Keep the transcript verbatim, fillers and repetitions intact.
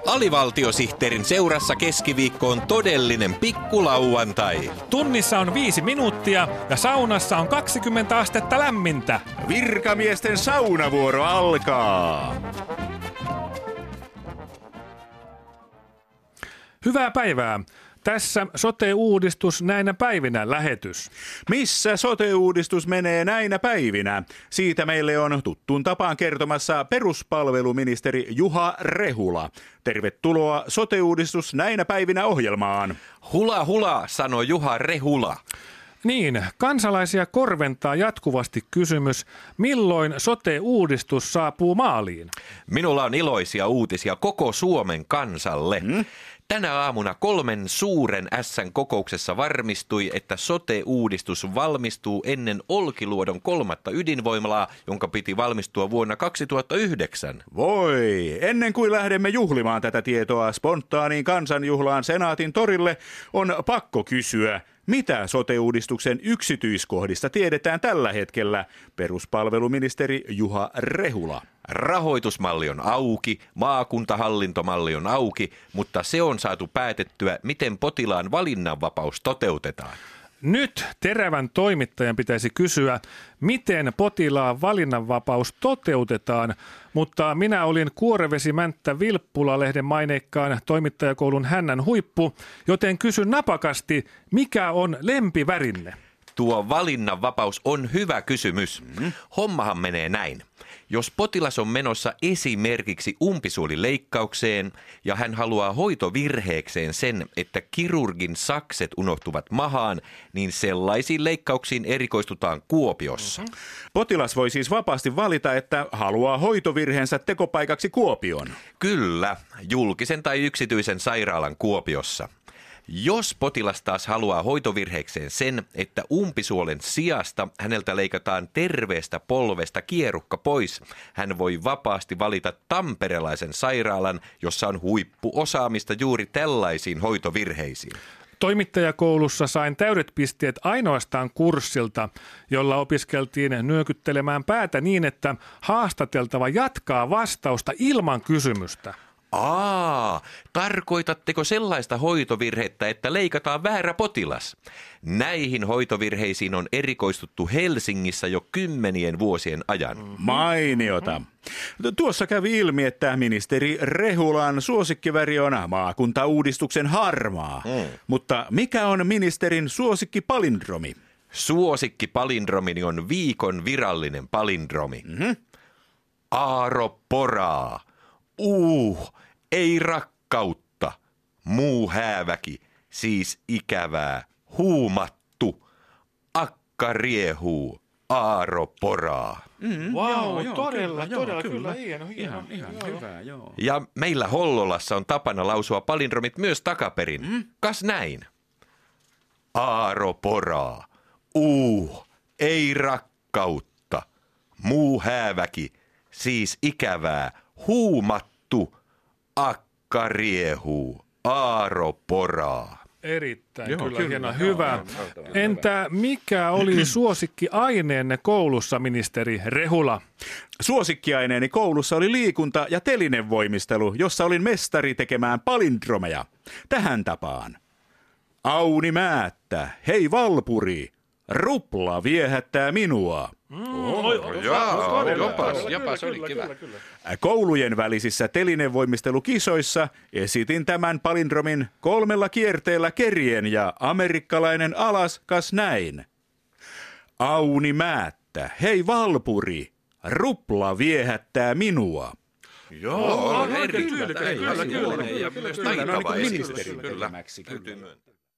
Alivaltiosihteerin seurassa keskiviikko on todellinen pikkulauantai. Tunnissa on viisi minuuttia ja saunassa on kaksikymmentä astetta lämmintä. Virkamiesten saunavuoro alkaa. Hyvää päivää. Tässä sote-uudistus näinä päivinä lähetys. Missä sote-uudistus menee näinä päivinä? Siitä meille on tuttuun tapaan kertomassa peruspalveluministeri Juha Rehula. Tervetuloa sote-uudistus näinä päivinä ohjelmaan. Hula hula, sanoi Juha Rehula. Niin, kansalaisia korventaa jatkuvasti kysymys, milloin sote-uudistus saapuu maaliin? Minulla on iloisia uutisia koko Suomen kansalle. Hmm? Tänä aamuna kolmen suuren Ässän kokouksessa varmistui, että sote-uudistus valmistuu ennen Olkiluodon kolmatta ydinvoimalaa, jonka piti valmistua vuonna kaksituhattayhdeksän. Voi, ennen kuin lähdemme juhlimaan tätä tietoa spontaaniin kansanjuhlaan Senaatin torille, on pakko kysyä, mitä sote-uudistuksen yksityiskohdista tiedetään tällä hetkellä, peruspalveluministeri Juha Rehula? Rahoitusmalli on auki, maakuntahallintomalli on auki, mutta se on saatu päätettyä, miten potilaan valinnanvapaus toteutetaan. Nyt terävän toimittajan pitäisi kysyä, miten potilaan valinnanvapaus toteutetaan, mutta minä olin Kuorevesi Mänttä Vilppula-lehden maineikkaan toimittajakoulun hännän huippu, joten kysyn napakasti, mikä on lempivärinne? Tuo valinnanvapaus on hyvä kysymys. Mm-hmm. Hommahan menee näin. Jos potilas on menossa esimerkiksi umpisuolileikkaukseen ja hän haluaa hoitovirheekseen sen, että kirurgin sakset unohtuvat mahaan, niin sellaisiin leikkauksiin erikoistutaan Kuopiossa. Mm-hmm. Potilas voi siis vapaasti valita, että haluaa hoitovirheensä tekopaikaksi Kuopioon. Kyllä, julkisen tai yksityisen sairaalan Kuopiossa. Jos potilas taas haluaa hoitovirheekseen sen, että umpisuolen sijasta häneltä leikataan terveestä polvesta kierukka pois, hän voi vapaasti valita tamperelaisen sairaalan, jossa on huippuosaamista juuri tällaisiin hoitovirheisiin. Toimittajakoulussa sain täydet pisteet ainoastaan kurssilta, jolla opiskeltiin nyökyttelemään päätä niin, että haastateltava jatkaa vastausta ilman kysymystä. Aa, tarkoitatteko sellaista hoitovirhettä, että leikataan väärä potilas? Näihin hoitovirheisiin on erikoistuttu Helsingissä jo kymmenien vuosien ajan. Mainiota. Tuossa kävi ilmi, että ministeri Rehulan suosikkiväri on maakuntauudistuksen harmaa. Mm. Mutta mikä on ministerin suosikkipalindromi? Suosikkipalindromini on viikon virallinen palindromi. Mm-hmm. Aaro poraa. Uh, ei rakkautta, muu hääväki, siis ikävää, huumattu, akka riehuu, aaro poraa. Mm, wow, joo, todella, kyllä, todella, joo, kyllä, hieno, hieno, ihan, ihan hyvä, joo. Ja meillä Hollolassa on tapana lausua palindromit myös takaperin. Mm? Kas näin? Aaro poraa, uh, ei rakkautta, muu hääväki, siis ikävää, huumattu, akka riehuu, aaro poraa. Erittäin, joo, kyllä, kyllä hieno, hyvä. Entä mikä oli suosikkiaineenne koulussa, ministeri Rehula? Suosikkiaineeni koulussa oli liikunta- ja telinevoimistelu, jossa olin mestari tekemään palindromeja. Tähän tapaan. Auni Määttä, hei Valpuri, rupla viehättää minua. Mm, oh, jaa, jopas, jopas oli kiva. Koulujen välisissä telinevoimistelukisoissa esitin tämän palindromin kolmella kierteellä kerien ja amerikkalainen alas kas näin. Auni Määttä, hei Valpuri, rupla viehättää minua. Joo, on eri tyylikäs, kyllä, kyllä, ja myös taitava esitys. Kyllä, täytyy myöntää.